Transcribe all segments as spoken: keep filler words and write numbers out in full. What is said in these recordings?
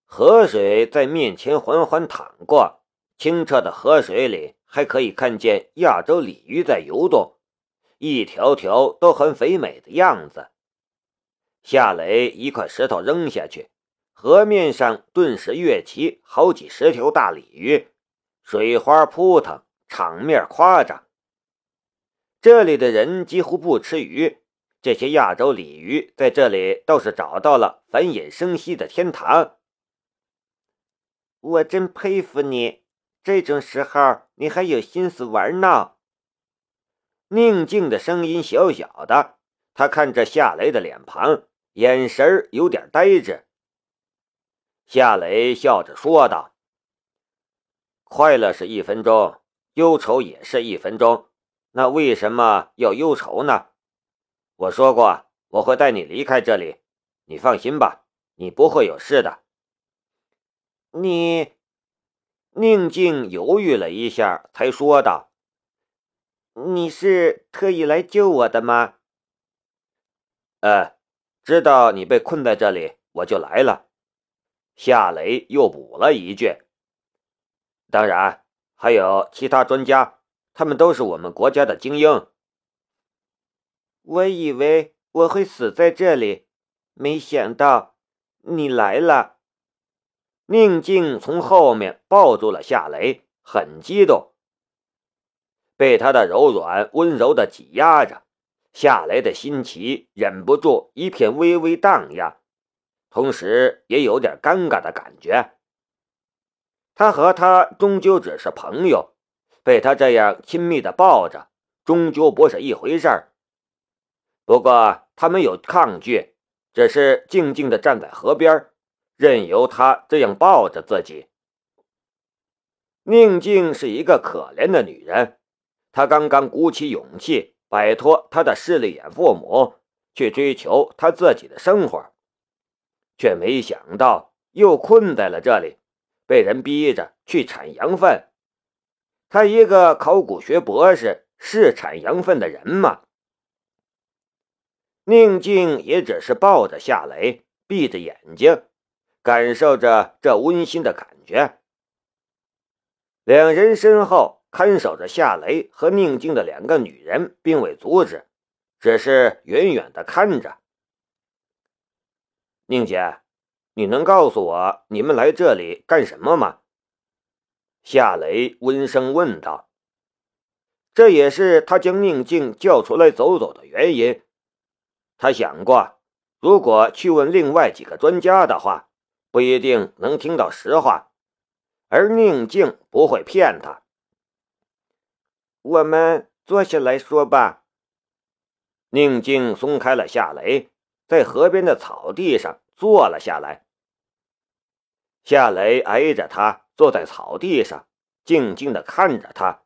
河水在面前缓缓淌过，清澈的河水里还可以看见亚洲鲤鱼在游动，一条条都很肥美的样子。夏雷一块石头扔下去，河面上顿时跃起好几十条大鲤鱼，水花扑腾，场面夸张。这里的人几乎不吃鱼，这些亚洲鲤鱼在这里倒是找到了繁衍生息的天堂。 我真佩服你，这种时候你还有心思玩闹。 宁静的声音小小的，他看着夏雷的脸庞，眼神有点呆滞。夏雷笑着说道：快乐是一分钟，忧愁也是一分钟，那为什么要忧愁呢？我说过我会带你离开这里，你放心吧，你不会有事的。 你…… 宁静犹豫了一下，才说道： 你是特意来救我的吗？ 呃，知道你被困在这里，我就来了。夏雷又补了一句：当然，还有其他专家，他们都是我们国家的精英。 我以为我会死在这里，没想到你来了。 宁静从后面抱住了夏雷，很激动。被他的柔软温柔的挤压着，夏雷的心情忍不住一片微微荡漾，同时也有点尴尬的感觉。他和他终究只是朋友，被他这样亲密的抱着，终究不是一回事儿。不过他没有抗拒，只是静静地站在河边，任由他这样抱着自己。宁静是一个可怜的女人，她刚刚鼓起勇气摆脱她的势利眼父母，去追求她自己的生活，却没想到又困在了这里，被人逼着去产羊粪。她一个考古学博士，是产羊粪的人吗？宁静也只是抱着夏雷，闭着眼睛，感受着这温馨的感觉。两人身后看守着夏雷和宁静的两个女人并未阻止，只是远远地看着。宁姐，你能告诉我你们来这里干什么吗？夏雷温声问道。这也是他将宁静叫出来走走的原因。他想过，如果去问另外几个专家的话，不一定能听到实话，而宁静不会骗他。 我们坐下来说吧。 宁静松开了夏雷，在河边的草地上坐了下来。夏雷挨着他坐在草地上，静静地看着他。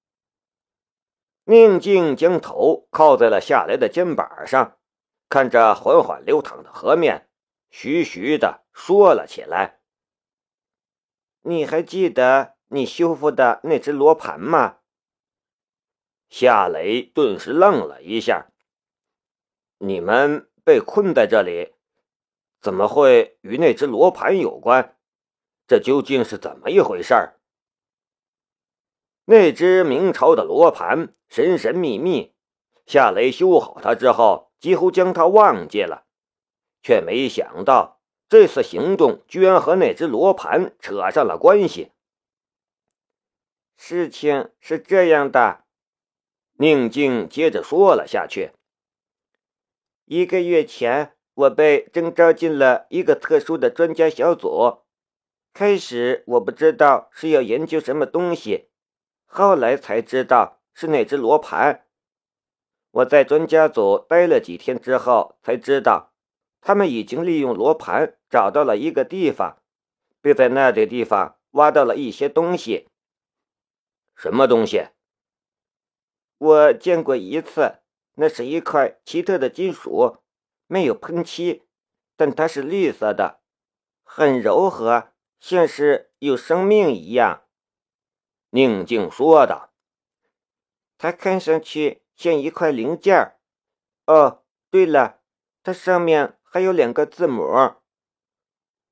宁静将头靠在了夏雷的肩膀上，看着缓缓流淌的河面，徐徐地说了起来： 你还记得你修复的那只罗盘吗？ 夏雷顿时愣了一下。你们被困在这里，怎么会与那只罗盘有关？这究竟是怎么一回事儿？那只明朝的罗盘神神秘秘，夏雷修好它之后几乎将它忘记了，却没想到这次行动居然和那只罗盘扯上了关系。 事情是这样的， 宁静接着说了下去。 一个月前，我被征召进了一个特殊的专家小组。开始我不知道是要研究什么东西，后来才知道是那只罗盘。我在专家组待了几天之后，才知道他们已经利用罗盘找到了一个地方，并在那个地方挖到了一些东西。 什么东西？ 我见过一次，那是一块奇特的金属，没有喷漆，但它是绿色的，很柔和，像是有生命一样。 宁静说道。 它看上去像一块零件。哦，对了，它上面还有两个字母。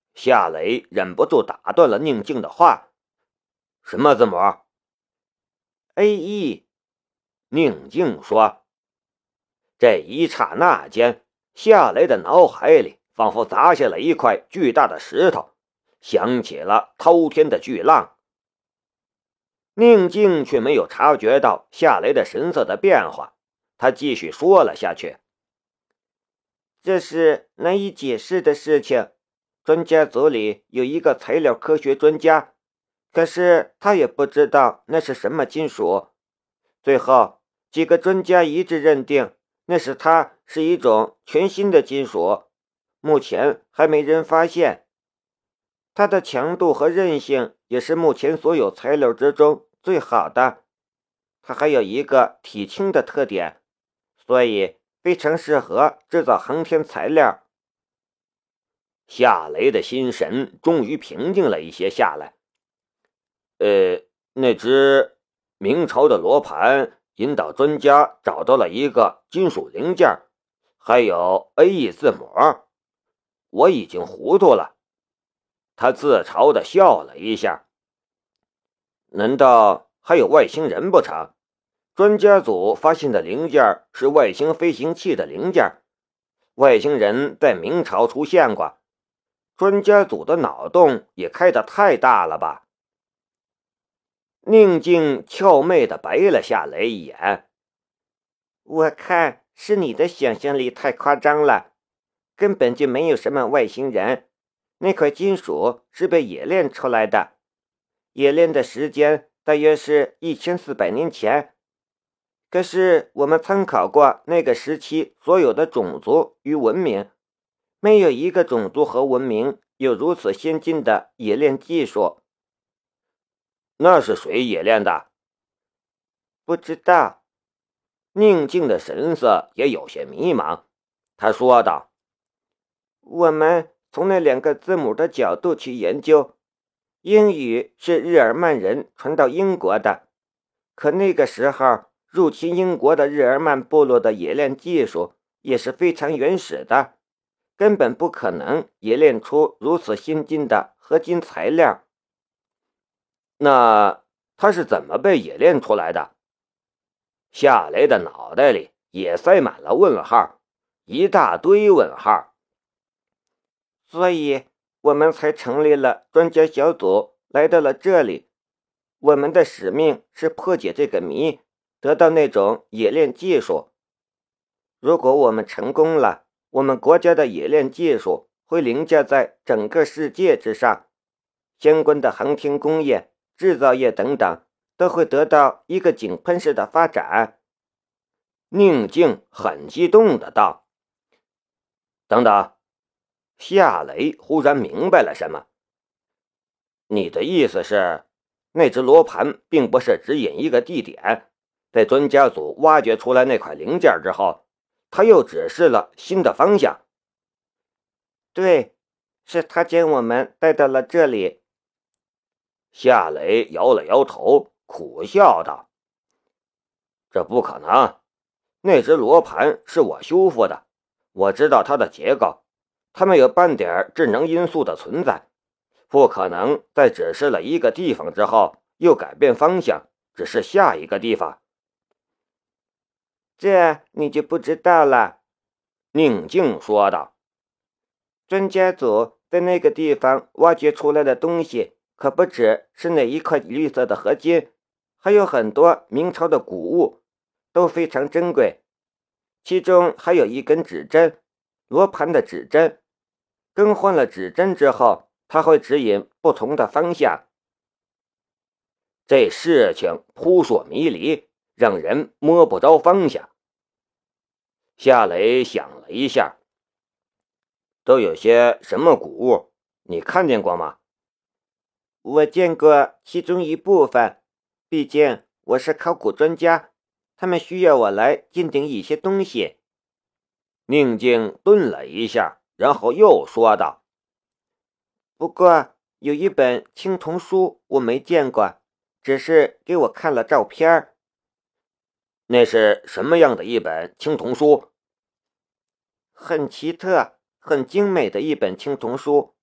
夏雷忍不住打断了宁静的话：“什么字母 ？A E。 宁静说。这一刹那间，夏雷的脑海里仿佛砸下了一块巨大的石头，响起了滔天的巨浪。宁静却没有察觉到夏雷的神色的变化，他继续说了下去：“ 这是难以解释的事情。专家组里有一个材料科学专家，可是他也不知道那是什么金属。最后，几个专家一致认定那是它是一种全新的金属，目前还没人发现。它的强度和韧性也是目前所有材料之中最好的。它还有一个体轻的特点，所以非常适合制造航天材料。” 夏雷的心神终于平静了一些下来。呃，那只明朝的罗盘引导专家找到了一个金属零件，还有 A E 字母。我已经糊涂了。他自嘲地笑了一下。难道还有外星人不成？专家组发现的零件是外星飞行器的零件，外星人在明朝出现过。专家组的脑洞也开得太大了吧？宁静俏媚地白了夏雷一眼。 我看是你的想象力太夸张了，根本就没有什么外星人。那块金属是被冶炼出来的，冶炼的时间大约是一千四百年前。可是我们参考过那个时期所有的种族与文明，没有一个种族和文明有如此先进的冶炼技术。 那是谁冶炼的？ 不知道。 宁静的神色也有些迷茫，他说道：“ 我们从那两个字母的角度去研究，英语是日耳曼人传到英国的，可那个时候入侵英国的日耳曼部落的冶炼技术也是非常原始的，根本不可能冶炼出如此先进的合金材料。” 那它是怎么被冶炼出来的？夏雷的脑袋里也塞满了问号，一大堆问号。 所以我们才成立了专家小组，来到了这里。我们的使命是破解这个谜，得到那种冶炼技术。如果我们成功了，我们国家的冶炼技术会凌驾在整个世界之上，相关的航天工业、制造业等等都会得到一个井喷式的发展。 宁静很激动的道：“等等！”夏雷忽然明白了什么。你的意思是，那只罗盘并不是指引一个地点，在专家组挖掘出来那块零件之后，他又指示了新的方向？ 对，是他将我们带到了这里。 夏雷摇了摇头，苦笑道：“这不可能，那只罗盘是我修复的，我知道它的结构，它没有半点智能因素的存在，不可能在指示了一个地方之后又改变方向，只是下一个地方。” 这你就不知道了。” 宁静说道。 专家组在那个地方挖掘出来的东西可不只是那一块绿色的合金，还有很多明朝的古物，都非常珍贵。其中还有一根指针，罗盘的指针，更换了指针之后，它会指引不同的方向。 这事情扑朔迷离，让人摸不着方向。夏雷想了一下，都有些什么古物？你看见过吗？ 我见过其中一部分，毕竟我是考古专家，他们需要我来鉴定一些东西。 宁静顿了一下，然后又说道：“ 不过有一本青铜书我没见过，只是给我看了照片。” 那是什么样的一本青铜书？ 很奇特、很精美的一本青铜书，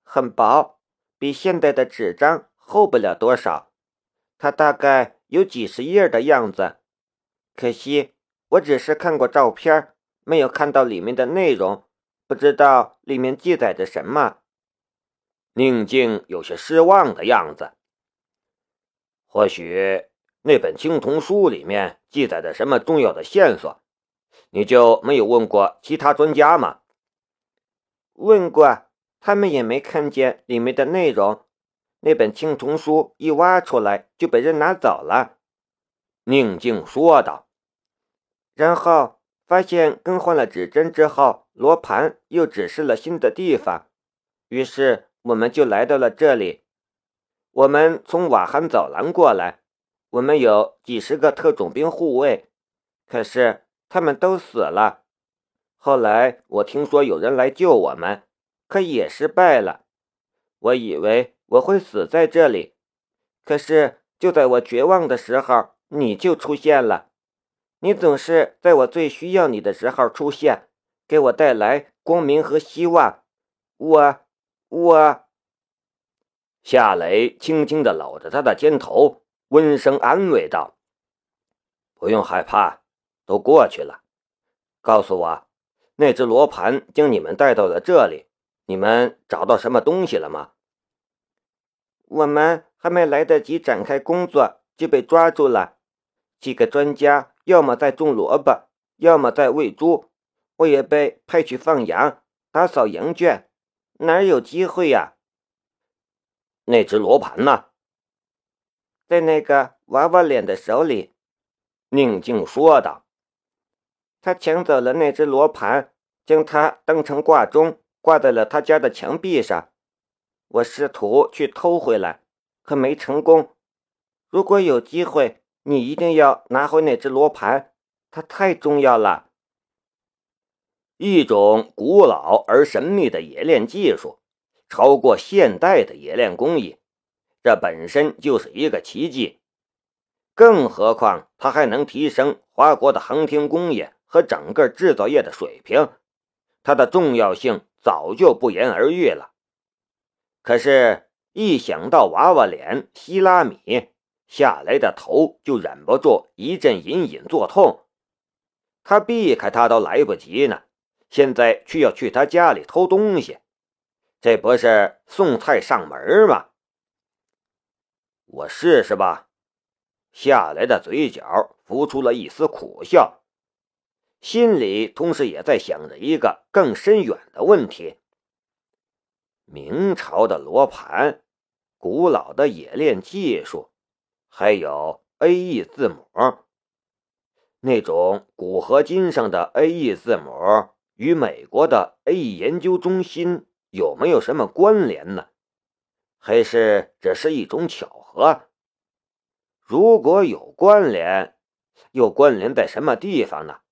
很薄，比现代的纸张厚不了多少，它大概有几十页的样子。可惜我只是看过照片，没有看到里面的内容，不知道里面记载着什么。 宁静有些失望的样子。或许那本青铜书里面记载着什么重要的线索，你就没有问过其他专家吗？ 问过，他们也没看见里面的内容。那本青铜书一挖出来就被人拿走了。 宁静说道。 然后发现更换了指针之后，罗盘又指示了新的地方，于是我们就来到了这里。我们从瓦罕走廊过来，我们有几十个特种兵护卫，可是他们都死了。后来我听说有人来救我们，可也失败了。我以为我会死在这里，可是就在我绝望的时候，你就出现了。你总是在我最需要你的时候出现，给我带来光明和希望。我我夏雷轻轻地搂着他的肩头，温声安慰道：不用害怕，都过去了。告诉我，那只罗盘将你们带到了这里，你们找到什么东西了吗？ 我们还没来得及展开工作就被抓住了。几个专家要么在种萝卜，要么在喂猪，我也被派去放羊，打扫羊圈，哪有机会呀？ 那只罗盘呢？ 在那个娃娃脸的手里。 宁静说道。 他抢走了那只罗盘，将它当成挂钟挂在了他家的墙壁上。我试图去偷回来，可没成功。如果有机会，你一定要拿回那只罗盘，它太重要了。 一种古老而神秘的冶炼技术，超过现代的冶炼工艺，这本身就是一个奇迹。更何况它还能提升华国的航天工业和整个制造业的水平，它的重要性早就不言而喻了。可是，一想到娃娃脸希拉米，夏雷的头就忍不住一阵隐隐作痛。他避开他都来不及呢，现在却要去他家里偷东西，这不是送菜上门吗？我试试吧。夏雷的嘴角浮出了一丝苦笑，心里同时也在想着一个更深远的问题。明朝的罗盘，古老的冶炼技术，还有 A E 字母，那种古合金上的 A E 字母与美国的 A E 研究中心有没有什么关联呢？还是只是一种巧合？如果有关联，又关联在什么地方呢？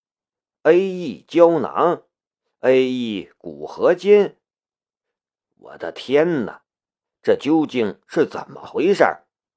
A E 胶囊， A E 钴合金，我的天哪，这究竟是怎么回事？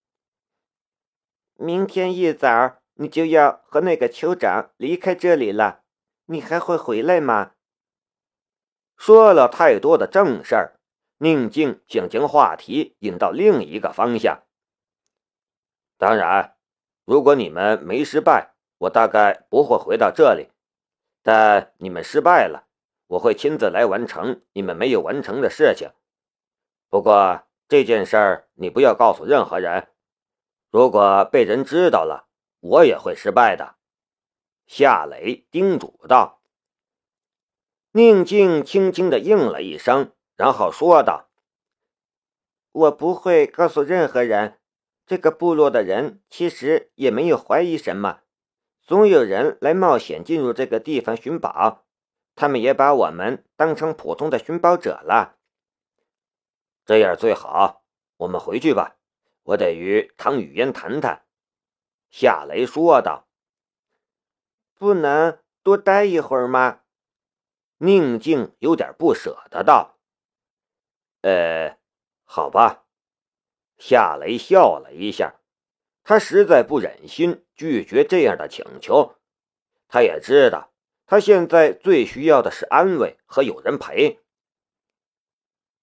明天一早你就要和那个酋长离开这里了，你还会回来吗？ 说了太多的正事儿，宁静想将话题引到另一个方向。当然，如果你们没失败，我大概不会回到这里，但你们失败了，我会亲自来完成你们没有完成的事情。不过这件事儿你不要告诉任何人，如果被人知道了，我也会失败的。夏雷叮嘱道。宁静轻轻地应了一声，然后说道： 我不会告诉任何人，这个部落的人其实也没有怀疑什么，总有人来冒险进入这个地方寻宝，他们也把我们当成普通的寻宝者了。 这样最好，我们回去吧，我得与唐语嫣谈谈。夏雷说道。 不能多待一会儿吗？ 宁静有点不舍得道。呃，好吧。夏雷笑了一下，他实在不忍心拒绝这样的请求。他也知道，他现在最需要的是安慰和有人陪。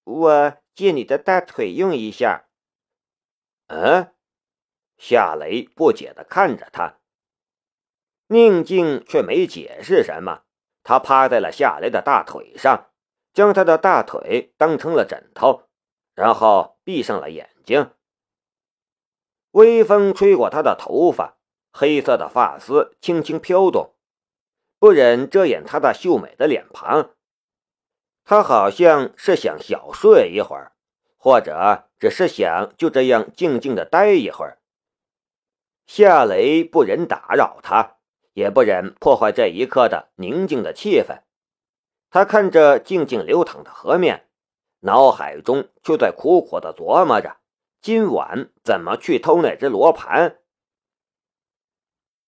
我借你的大腿用一下。 嗯？夏雷不解地看着他。宁静却没解释什么，他趴在了夏雷的大腿上，将他的大腿当成了枕头，然后闭上了眼睛。微风吹过他的头发，黑色的发丝轻轻飘动，不忍遮掩他那秀美的脸庞。他好像是想小睡一会儿，或者只是想就这样静静地待一会儿。夏雷不忍打扰他，也不忍破坏这一刻的宁静的气氛。他看着静静流淌的河面，脑海中却在苦苦地琢磨着今晚怎么去偷那只罗盘。